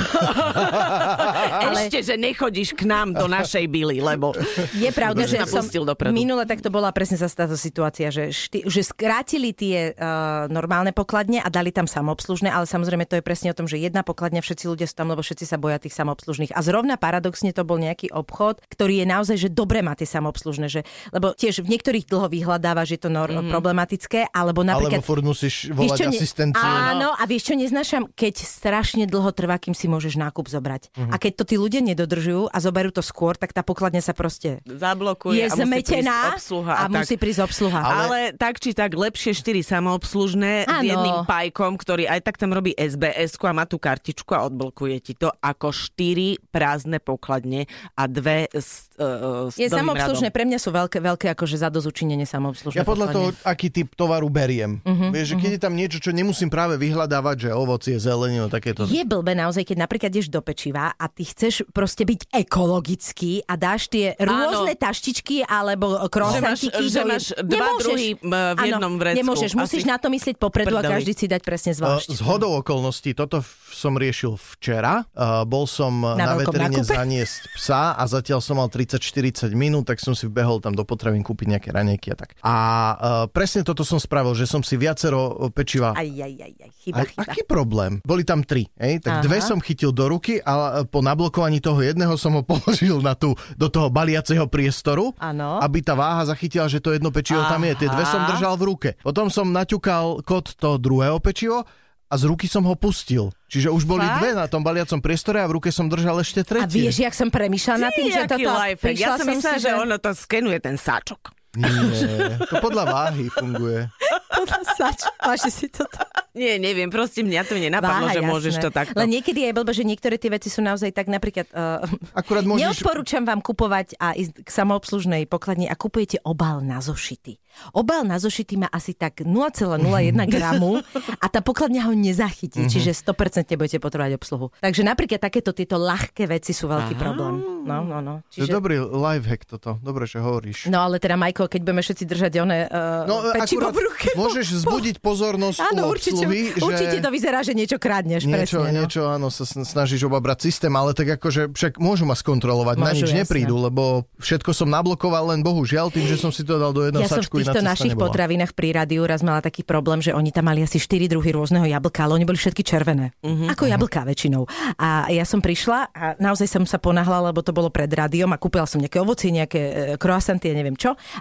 [SPEAKER 3] Ale-
[SPEAKER 2] Ešte, že nechodíš k nám do našej bily, lebo
[SPEAKER 3] Je pravda,
[SPEAKER 2] Už
[SPEAKER 3] že
[SPEAKER 2] ma
[SPEAKER 3] som
[SPEAKER 2] pustil dopredu.
[SPEAKER 3] minule takto bola presne zase táto situácia, že, šty, že skrátili tie uh, normálne pokladne a dali tam samoobslužné, ale samozrejme to je presne o tom, že jedna pokladňa, všetci ľudia sú tam, lebo všetci sa boja tých samoobslužných. A zrovna paradoxne to bol nejaký obchod, ktorý je naozaj, že dobre má tie samoobslužné, že, lebo tiež v niektorých dlho vyhľadáva, že je to nor- mm-hmm. problematické, alebo napríklad...
[SPEAKER 4] Alebo furt musíš
[SPEAKER 3] Vieš
[SPEAKER 4] volať
[SPEAKER 3] čo, ne-
[SPEAKER 4] asistenciu.
[SPEAKER 3] Áno, a vieš čo, neznášam, keď strašne dlho trvá, kým si môžeš nákup zobrať.
[SPEAKER 4] Mhm.
[SPEAKER 3] A keď to tí ľudia nedodržujú a zoberú to skôr, tak tá pokladňa sa proste
[SPEAKER 2] zablokuje
[SPEAKER 3] je
[SPEAKER 2] a musí
[SPEAKER 3] zmetená
[SPEAKER 2] prísť obsluha.
[SPEAKER 3] a,
[SPEAKER 2] tak.
[SPEAKER 3] musí prísť obsluha.
[SPEAKER 2] Ale... ale tak či tak lepšie štyri samoobslužné s
[SPEAKER 3] Áno.
[SPEAKER 2] jedným pajkom, ktorý aj tak tam robí es bé esku a má tú kartičku a odblokuje ti to, ako štyri prázdne pokladne a dve s, uh, s
[SPEAKER 3] Je
[SPEAKER 2] dlhým
[SPEAKER 3] samoobslužné,
[SPEAKER 2] radom.
[SPEAKER 3] pre mňa sú veľké, veľké akože zadozučinenie samoobslužné.
[SPEAKER 4] Ja podľa toho,
[SPEAKER 3] pokladne.
[SPEAKER 4] aký typ tovaru beriem. Uh-huh, Vieš, že keď je tam niečo, čo nemusím práve vyhľadávať, že ovocie, zeleninu, takéto.
[SPEAKER 3] Je blbé naozaj, keď napríklad ideš do pečiva a ty chceš proste byť ekologický a dáš tie rôzne
[SPEAKER 2] Áno.
[SPEAKER 3] taštičky alebo
[SPEAKER 2] Že máš,
[SPEAKER 3] krosantiky.
[SPEAKER 2] že
[SPEAKER 3] do-
[SPEAKER 2] máš dva
[SPEAKER 3] Nemôžeš.
[SPEAKER 2] druhy m, v
[SPEAKER 3] Áno,
[SPEAKER 2] jednom vrecku.
[SPEAKER 3] Nemôžeš, musíš
[SPEAKER 2] Asi
[SPEAKER 3] na to myslieť popredu a
[SPEAKER 2] prdeli.
[SPEAKER 3] každý si dať presne
[SPEAKER 4] Uh,
[SPEAKER 3] zvlášť.
[SPEAKER 4] Z hodou okolností, toto f- som riešil včera. Uh, bol som na,
[SPEAKER 3] Na
[SPEAKER 4] na
[SPEAKER 3] veľkom
[SPEAKER 4] veteríne
[SPEAKER 3] nákupe?
[SPEAKER 4] zaniesť psa a zatiaľ som mal tridsať štyridsať minút, tak som si vbehol tam do potravín kúpiť nejaké raňajky a tak. A uh, presne toto som spravil, že som si viacero pečiva...
[SPEAKER 3] Aj, aj, aj, aj, chyba,
[SPEAKER 4] A,
[SPEAKER 3] chyba.
[SPEAKER 4] aký problém? Boli tam tri, hej? Tak
[SPEAKER 3] Aha.
[SPEAKER 4] dve som chytil do ruky a po nablokovaní toho jedného som ho položil na tú, do toho baliaceho priestoru,
[SPEAKER 3] Áno.
[SPEAKER 4] aby tá váha zachytila, že to jedno pečivo tam je. Tie dve som držal v ruke. Potom som naťukal kód toho druhého pečivo a z ruky som ho pustil. Čiže už boli
[SPEAKER 2] Fakt?
[SPEAKER 4] dve na tom baliacom priestore a v ruke som držal ešte
[SPEAKER 3] A
[SPEAKER 4] tretie.
[SPEAKER 3] vieš, jak som premýšľala nad tým, že
[SPEAKER 2] Jaký
[SPEAKER 3] toto...
[SPEAKER 2] lifehack. Ja
[SPEAKER 3] prišla
[SPEAKER 2] som myslela,
[SPEAKER 3] si,
[SPEAKER 2] že ono to skenuje ten sáčok.
[SPEAKER 4] Nie, to podľa váhy funguje.
[SPEAKER 3] Toto sač, máš si toto.
[SPEAKER 2] Nie, neviem, proste mňa to nenapadlo,
[SPEAKER 3] Váha,
[SPEAKER 2] že
[SPEAKER 3] jasné.
[SPEAKER 2] môžeš to takto.
[SPEAKER 3] Len niekedy je blbé, že niektoré tie veci sú naozaj tak napríklad... Uh,
[SPEAKER 4] Akurát môžeš...
[SPEAKER 3] Neodporúčam vám kupovať a ísť k samoobslužnej pokladni a kupujete obal na zošity. Obal na zošity má asi tak nula celá nula jeden gramu a tá pokladňa ho nezachytí,
[SPEAKER 4] Mhm.
[SPEAKER 3] čiže sto percent budete potrebovať obsluhu. Takže napríklad takéto tieto ľahké veci sú veľký
[SPEAKER 2] Aha.
[SPEAKER 3] problém. No, no, no.
[SPEAKER 4] To je
[SPEAKER 3] Čiže...
[SPEAKER 4] dobrý lifehack toto. Dobre, že hovoríš.
[SPEAKER 3] No ale teda, Majko, keď budeme všetci držať one uh,
[SPEAKER 4] No,
[SPEAKER 3] pečivo
[SPEAKER 4] akurát
[SPEAKER 3] v ruke...
[SPEAKER 4] môžeš vzbudiť pozornosť
[SPEAKER 3] Áno,
[SPEAKER 4] u
[SPEAKER 3] určite,
[SPEAKER 4] obsluhy, že...
[SPEAKER 3] určite to vyzerá, že niečo kradneš.
[SPEAKER 4] Niečo,
[SPEAKER 3] presne, no.
[SPEAKER 4] niečo, áno, sa sn- snažíš obabrať systém, ale tak akože však môžu ma skontrolovať, na
[SPEAKER 3] Môžu,
[SPEAKER 4] nič
[SPEAKER 3] jasné.
[SPEAKER 4] neprídu, lebo všetko som nablokoval, len bohužiaľ tým, že som si to dal do jedného
[SPEAKER 3] Ja som
[SPEAKER 4] sačku,
[SPEAKER 3] v týchto
[SPEAKER 4] iná cesta
[SPEAKER 3] našich
[SPEAKER 4] nebola.
[SPEAKER 3] potravinách pri rádiu raz mala taký problém, že oni tam mali asi štyri druhy rôzneho jablka, ale oni boli všetky červené. Uh-huh. Ako jablká väčšinou. A ja som prišla a naozaj som sa ponáhla, lebo to bolo pred rádiom a kúpila som nejaké ovocie, nejaké e, croissanty, ja neviem čo. A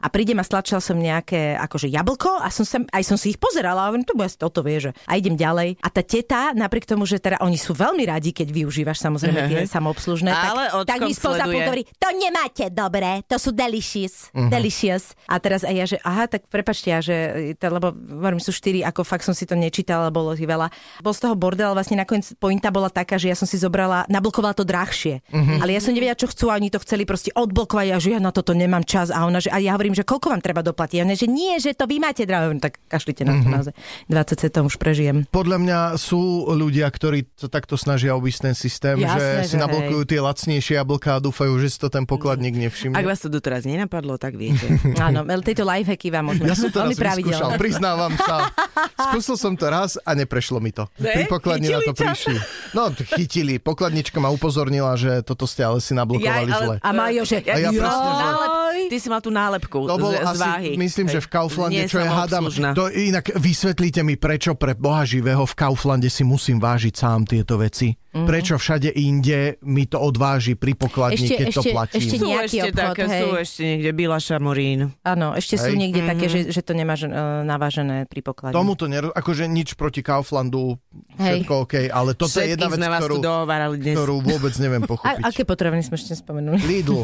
[SPEAKER 3] a prídem a stlačila som nejaké akože jablko a som sa, aj som si ich pozerala a hovorím, to bude asi toto vie, že a idem ďalej. A tá teta, napriek tomu, že teda oni sú veľmi radi, keď využívaš samozrejme tie samoobslužné, tak, tak mi spoza pult hovorí, to nemáte dobre, to sú delicious, uh-huh. delicious. A teraz aj ja, že aha, tak prepáčte, ja, že, to, lebo hovorím, sú štyri, ako fakt som si to nečítala, bolo ich veľa. Bol z toho bordel, vlastne nakoniec pointa bola taká, že ja som si zobrala, nablokovala to drahšie. Uh-huh. Ale ja som nevedela, čo chcú a oni to chceli proste odblokovať a že ja na toto nemám čas a ona, že a ja hovorím, že koľko vám treba doplatiť. A ona, že nie, že to vy máte drahé. Tak kašlite na to uh-huh. naozaj. dvadsať centov už prežijem.
[SPEAKER 4] Podľa mňa sú ľudia, ktorí to takto snažia obísť ten systém, Jasné, že si že nablokujú hej. tie lacnejšie jablká a dúfajú, že si to ten pokladník nevšimne.
[SPEAKER 2] Ak vás to doteraz nenapadlo, tak viete.
[SPEAKER 3] Áno, tejto lifehacky vám môžeme.
[SPEAKER 4] Ja som to raz vyskúšal, priznávam sa. Skúsil som to raz a neprešlo mi to. Pri pokladni na to ťa? prišli. No, chytili. Pokladnička ma upozornila, že toto ste ale si nablokovali ja, ale, zle.
[SPEAKER 3] A Majo, že...
[SPEAKER 4] A ja presne, že...
[SPEAKER 2] Ty si mal tú nálepku
[SPEAKER 4] to bol
[SPEAKER 2] z,
[SPEAKER 4] asi,
[SPEAKER 2] z váhy.
[SPEAKER 4] Myslím,
[SPEAKER 2] hej.
[SPEAKER 4] že v Kauflande,
[SPEAKER 2] Nie
[SPEAKER 4] čo ja hádam, to inak vysvetlíte mi, prečo pre Boha živého v Kauflande si musím vážiť sám tieto veci. Mm-hmm. Prečo všade inde mi to odváži pri pokladni,
[SPEAKER 3] ešte,
[SPEAKER 4] keď
[SPEAKER 3] ešte,
[SPEAKER 4] to platím.
[SPEAKER 3] Ešte
[SPEAKER 2] sú
[SPEAKER 3] nejaký
[SPEAKER 2] ešte
[SPEAKER 3] obchod,
[SPEAKER 2] také,
[SPEAKER 3] hej.
[SPEAKER 2] sú ešte niekde Bila Šamorín.
[SPEAKER 3] Áno, ešte hej. sú niekde
[SPEAKER 2] mm-hmm.
[SPEAKER 3] také, že, že to nemáš uh, navážené pri pokladni.
[SPEAKER 4] Tomu to nero... akože nič proti Kauflandu, všetko OK, ale toto je jedna vec, ktorú, ktorú vôbec neviem pochopiť.
[SPEAKER 3] A, aké potraviny sme ešte spomenuli?
[SPEAKER 4] Lidl.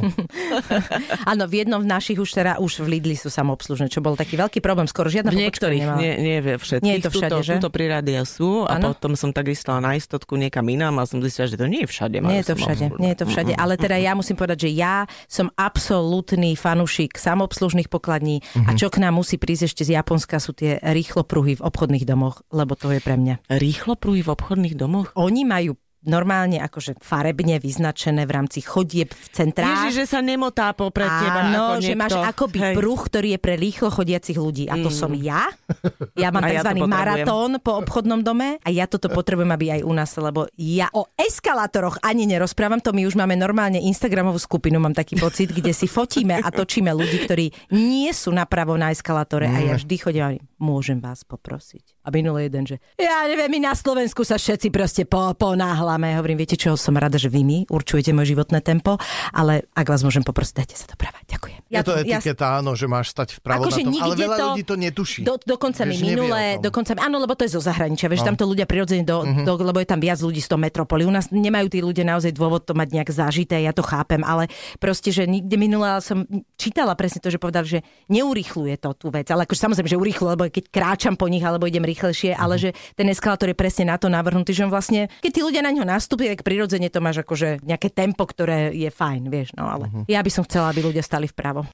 [SPEAKER 3] Áno, v jednom v našich už teda, už v Lidli sú samoobslužné, čo bol taký veľký problém, skoro žiadna pobočka nemala.
[SPEAKER 2] Nie, nie vie všetkých.
[SPEAKER 3] Nie je to všade,
[SPEAKER 2] tuto,
[SPEAKER 3] že?
[SPEAKER 2] Tuto pri rádia sú a ano? Potom som tak istala na istotku niekam inám a som zistila, že to nie je všade.
[SPEAKER 3] Nie je to všade, nie je to všade, ale teda ja musím povedať, že ja som absolútny fanúšik samoobslužných pokladní a čo k nám musí prísť ešte z Japonska sú tie rýchlopruhy v obchodných domoch, lebo to je pre mňa.
[SPEAKER 2] Rýchlopruhy v obchodných domoch?
[SPEAKER 3] Oni majú normálne akože farebne vyznačené v rámci chodieb v centrách.
[SPEAKER 2] Ježiš, že sa nemotá popred teba.
[SPEAKER 3] Áno,
[SPEAKER 2] ako
[SPEAKER 3] že
[SPEAKER 2] niekto.
[SPEAKER 3] máš akoby
[SPEAKER 2] Hej.
[SPEAKER 3] pruh, ktorý je pre rýchlo chodiacich ľudí. A to mm. som ja. Ja mám
[SPEAKER 2] ja
[SPEAKER 3] tzv. maratón po obchodnom dome a ja toto potrebujem, aby aj u nás, lebo ja o eskalátoroch ani nerozprávam. To my už máme normálne Instagramovú skupinu, mám taký pocit, kde si fotíme a točíme ľudí, ktorí nie sú napravo na eskalátore mm. a ja vždy chodím a môžem vás poprosiť. A minulý jeden, že ja neviem, my na Slovensku sa všetci proste po, ponáhľame. Hovorím, viete čo, som rada, že vy mi určujete moje životné tempo, ale ak vás môžem poprosiť, dajte sa doprava. Ďakujem.
[SPEAKER 4] Ja je to etiketa, ja... áno, že máš stať vpravo
[SPEAKER 3] akože
[SPEAKER 4] na tom, ale veľa
[SPEAKER 3] to,
[SPEAKER 4] ľudí to netuší.
[SPEAKER 3] Do, dokonca mi minulé, dokonca mi, áno, lebo to je zo zahraničia, vieš, no. Tam to ľudia prirodzene, do, uh-huh. do, lebo je tam viac ľudí z toho metropoly. U nás nemajú tí ľudia naozaj dôvod to mať nejak zažité, ja to chápem, ale proste, že nikde minulé som čítala presne to, že povedal, že neurýchluje to tú vec, ale akože samozrejme, že urýchlu, lebo keď kráčam po nich alebo idem rýchlejšie, uh-huh. ale že ten eskalátor je presne na to navrhnutý, že on vlastne, keď tí ľudia na ňo nastúpia, tak prirodzene to máš akože nejaké tempo, ktoré je fajn, vieš, no ale uh-huh. ja by som chcela, aby ľudia stali vpravo.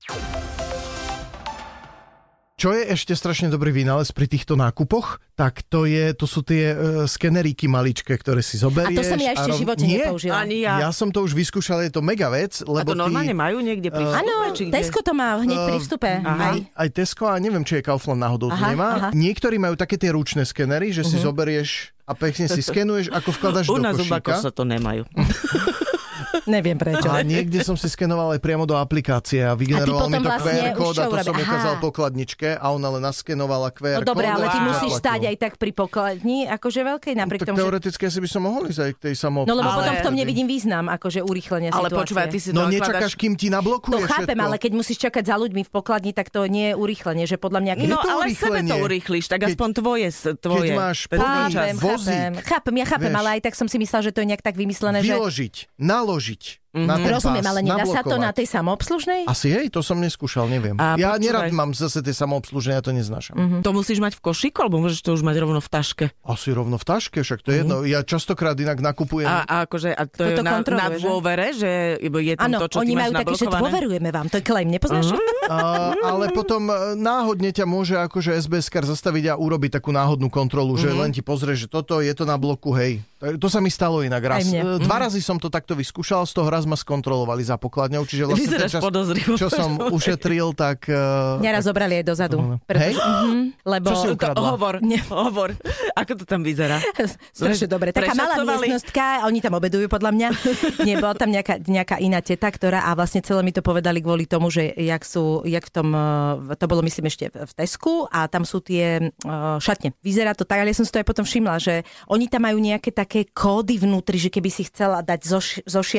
[SPEAKER 4] Čo je ešte strašne dobrý vynález pri týchto nákupoch, tak to, je, to sú tie uh, skeneríky maličké, ktoré si zoberieš.
[SPEAKER 3] A to som ja ešte v živote
[SPEAKER 4] Nie?
[SPEAKER 3] nepoužila.
[SPEAKER 2] Ani ja.
[SPEAKER 4] Ja som to už vyskúšal, je to mega vec. Lebo
[SPEAKER 2] a to normálne
[SPEAKER 4] ty,
[SPEAKER 2] majú niekde pri vstupe?
[SPEAKER 3] Áno, Tesco to má hneď pri vstupe.
[SPEAKER 4] Uh, aj, aj Tesco a neviem, či je Kaufland náhodou to nemá. Aha. Niektorí majú také tie ručné skenery, že uh-huh. si zoberieš a pekne si skenuješ, ako vkladaš do košíka. U nás
[SPEAKER 2] Ubako sa to nemajú.
[SPEAKER 3] Neviem prečo.
[SPEAKER 4] A niekde som si skenoval aj priamo do aplikácie a vygeneroval mi to vlastne kvé er kód a to som ukázal pokladničke a on ale naskenovala kvé er
[SPEAKER 3] no,
[SPEAKER 4] kód.
[SPEAKER 3] Dobre, ale ty
[SPEAKER 4] wow.
[SPEAKER 3] musíš stáť aj tak pri pokladni, akože veľkej napriek
[SPEAKER 4] no, tak
[SPEAKER 3] tomu,
[SPEAKER 4] teoreticky že... asi by som mohol ísť aj k tej samoobslužnej.
[SPEAKER 3] No lebo
[SPEAKER 2] ale...
[SPEAKER 3] potom v tom nevidím význam, akože urýchlenie
[SPEAKER 2] ale
[SPEAKER 3] situácie.
[SPEAKER 2] Ale počúvaj, ty si
[SPEAKER 4] No nečakáš, kým ti nablokuje
[SPEAKER 3] všetko. No chápem,
[SPEAKER 4] všetko.
[SPEAKER 3] ale keď musíš čakať za ľuďmi v pokladni, tak to nie je urýchlenie, že podľa mňa... Keď...
[SPEAKER 2] No ale sebe to urýchliš, tak aspoň tvoje. tvoje.
[SPEAKER 4] Keď máš
[SPEAKER 3] chápem, chápem, chápem, ja chápem, ale aj tak som si myslela, že to je nejak tak vymyslené, že...
[SPEAKER 4] Vyložiť, naložiť. Mm-hmm.
[SPEAKER 3] Rozumiem,
[SPEAKER 4] pás,
[SPEAKER 3] ale nedá sa to
[SPEAKER 4] nablokovať.
[SPEAKER 3] na tej samoobslužnej?
[SPEAKER 4] Asi hej, to som neskúšal, neviem. A ja počúvaj. nerad mám zase tie samoobslužné, ja to neznášam.
[SPEAKER 2] Mm-hmm. To musíš mať v košíku, alebo môžeš to už mať rovno v taške?
[SPEAKER 4] Asi rovno v taške, však to je mm-hmm. jedno. Ja častokrát inak nakupujem.
[SPEAKER 2] A, a akože a to, to je na, na dôvere, že je tam
[SPEAKER 3] ano,
[SPEAKER 2] to, čo
[SPEAKER 3] ty máš nablokované? Áno, oni majú také, že dôverujeme vám, to je claim, nepoznáš?
[SPEAKER 4] Mm-hmm. a, ale potom náhodne ťa môže akože es bé eskar zastaviť a urobiť takú náhodnú kontrolu, mm-hmm. že len ti pozrie, že toto je to na bloku, hej. To sa mi stalo inak raz. Dva mm-hmm. razy som to takto vyskúšal, z toho raz ma skontrolovali za pokladňou, čiže vlastne
[SPEAKER 2] vyzeráš
[SPEAKER 4] ten čas,
[SPEAKER 2] podozrivo.
[SPEAKER 4] čo som ušetril, tak... Uh,
[SPEAKER 3] Mňa raz zobrali aj dozadu.
[SPEAKER 4] Hej?
[SPEAKER 3] Pretože, uh-huh, lebo...
[SPEAKER 4] Čo si ukradla?
[SPEAKER 2] Hovor, hovor. Ako to tam vyzerá?
[SPEAKER 3] Strašne dobre. Taká malá miestnostka, oni tam obedujú podľa mňa. Nebola tam nejaká, nejaká iná teta, ktorá a vlastne celé mi to povedali kvôli tomu, že jak sú, jak v tom, to bolo myslím ešte v Tesku a tam sú tie uh, šatne. Vyzerá to tak, ale ja som si to aj potom všimla, že oni tam majú nejaké také kódy vnútri, že keby si chcela dať zoš, zošiat preč tú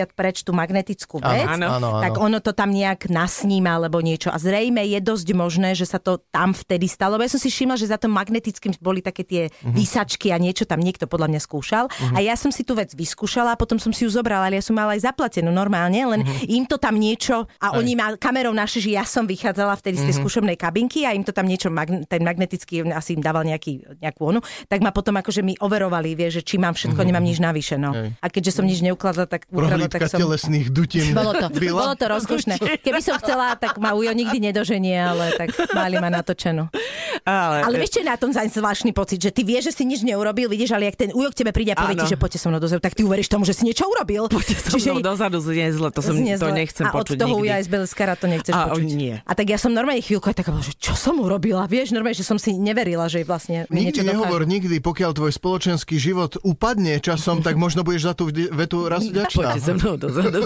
[SPEAKER 3] tú magnetickú vec,
[SPEAKER 2] Áno,
[SPEAKER 4] áno, áno.
[SPEAKER 3] tak ono to tam nejak nasníma alebo niečo. A zrejme je dosť možné, že sa to tam vtedy stalo. Lebo ja som si všimla, že za tom magnetickým boli také tie uh-huh. výsačky a niečo tam niekto podľa mňa skúšal. Uh-huh. A ja som si tú vec vyskúšala a potom som si ju zobrala, ale ja som mala aj zaplatenú normálne, len uh-huh. im to tam niečo a aj. Oni ma kamerou našli, že ja som vychádzala vtedy z tej uh-huh. skúšobnej kabinky a im to tam niečo, magne, ten magnetický asi im dával nejaký, nejakú onu, tak ma potom akože mi overovali, vie, že či mám všetko, uh-huh. nemám nič navyše. No. A keďže som nič neukladla, tak ukradla, tak som...
[SPEAKER 4] telesných dutín.
[SPEAKER 3] Bolo to, bolo to rozkošné. Keby som chcela, tak ma Ujo nikdy nedoženie, ale tak mali ma natočenú. Ale, ale vieš, čo je na tom zvláštny pocit, že ty vieš, že si nič neurobil, vidíš, ale jak ten Ujo k tebe príde a povie ti, že poďte so mnou dozadu, tak ty uveríš tomu, že si niečo urobil.
[SPEAKER 2] Poďte so mnou dozadu, znie zle, to, som, to nechcem
[SPEAKER 3] a
[SPEAKER 2] počuť nikdy.
[SPEAKER 3] A od toho Uja aj z Beleskara to nechceš
[SPEAKER 2] a,
[SPEAKER 3] počuť.
[SPEAKER 2] Nie.
[SPEAKER 3] A tak ja som normálne chvíľku aj taká, že čo som urobila, vieš, normálne, že som si neverila, že vlastne mi niečo dokáže.
[SPEAKER 4] Nikdy nehovor nikdy, pokiaľ tvoj spoločenský život upadne časom, tak možno budeš za tú vetu raz vďačná.
[SPEAKER 2] Poďte so mnou dozadu.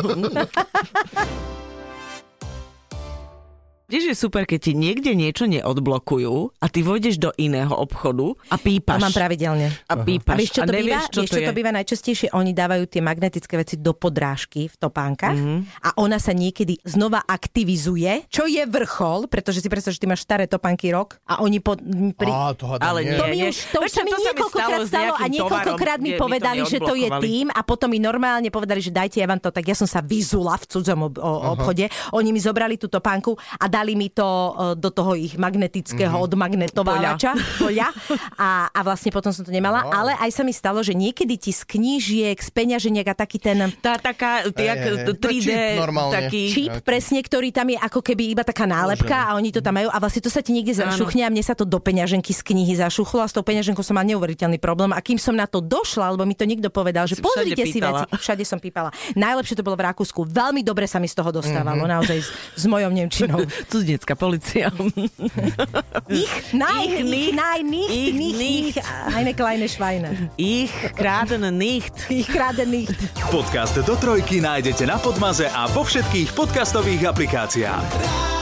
[SPEAKER 2] Vieš, je super, keď ti niekde niečo neodblokujú a ty vojdeš do iného obchodu a pípaš.
[SPEAKER 3] To mám pravidelne.
[SPEAKER 2] A pípaš.
[SPEAKER 3] A vieš, čo to
[SPEAKER 2] a nevieš,
[SPEAKER 3] býva?
[SPEAKER 2] Čo
[SPEAKER 3] vieš,
[SPEAKER 2] to
[SPEAKER 3] čo to
[SPEAKER 2] je?
[SPEAKER 3] býva najčastejšie? Oni dávajú tie magnetické veci do podrážky v topánkach mm-hmm. a ona sa niekedy znova aktivizuje, čo je vrchol, pretože si predstav, že ty máš staré topánky rok a oni po... Pri...
[SPEAKER 4] Á, to hádam,
[SPEAKER 2] ale
[SPEAKER 4] nie.
[SPEAKER 3] To, mi
[SPEAKER 2] nie,
[SPEAKER 3] už, to už sa mi niekoľkokrát stalo a niekoľkokrát mi povedali, že to je tým a potom mi normálne povedali, že dajte ja vám to, tak ja som sa vyzula v cudzom ob- obchode. Oni mi zobrali tú topánku a dali mi to do toho ich magnetického mm-hmm. odmagnetovávača poľa. A, a vlastne potom som to nemala. Wow. Ale aj sa mi stalo, že niekedy ti z knížiek, z peňaženiek a taký ten...
[SPEAKER 2] Tá taká, ty, jak tri dé, taký...
[SPEAKER 3] Čip, presne, ktorý tam je ako keby iba taká nálepka a oni to tam majú a vlastne to sa ti niekde zašuchne a mne sa to do peňaženky z knihy zašuchlo a s tou peňaženkou som mala neuveriteľný problém. A kým som na to došla, lebo mi to niekto povedal, že si pozrite si veci, všade som pípala. Najlepšie to bolo v Rakúsku. Veľmi dobre sa mi z toho dostávalo, mm-hmm. naozaj s, s mojou nemčinou.
[SPEAKER 2] Cudziecká policia.
[SPEAKER 3] Ich, nein, ich, ich, nein, nicht, ich, nicht, nicht, eine kleine Schweine.
[SPEAKER 2] Ich kráden nicht.
[SPEAKER 3] Ich kráden nicht.
[SPEAKER 1] Podcast do trojky nájdete na Podmaze a vo všetkých podcastových aplikáciách.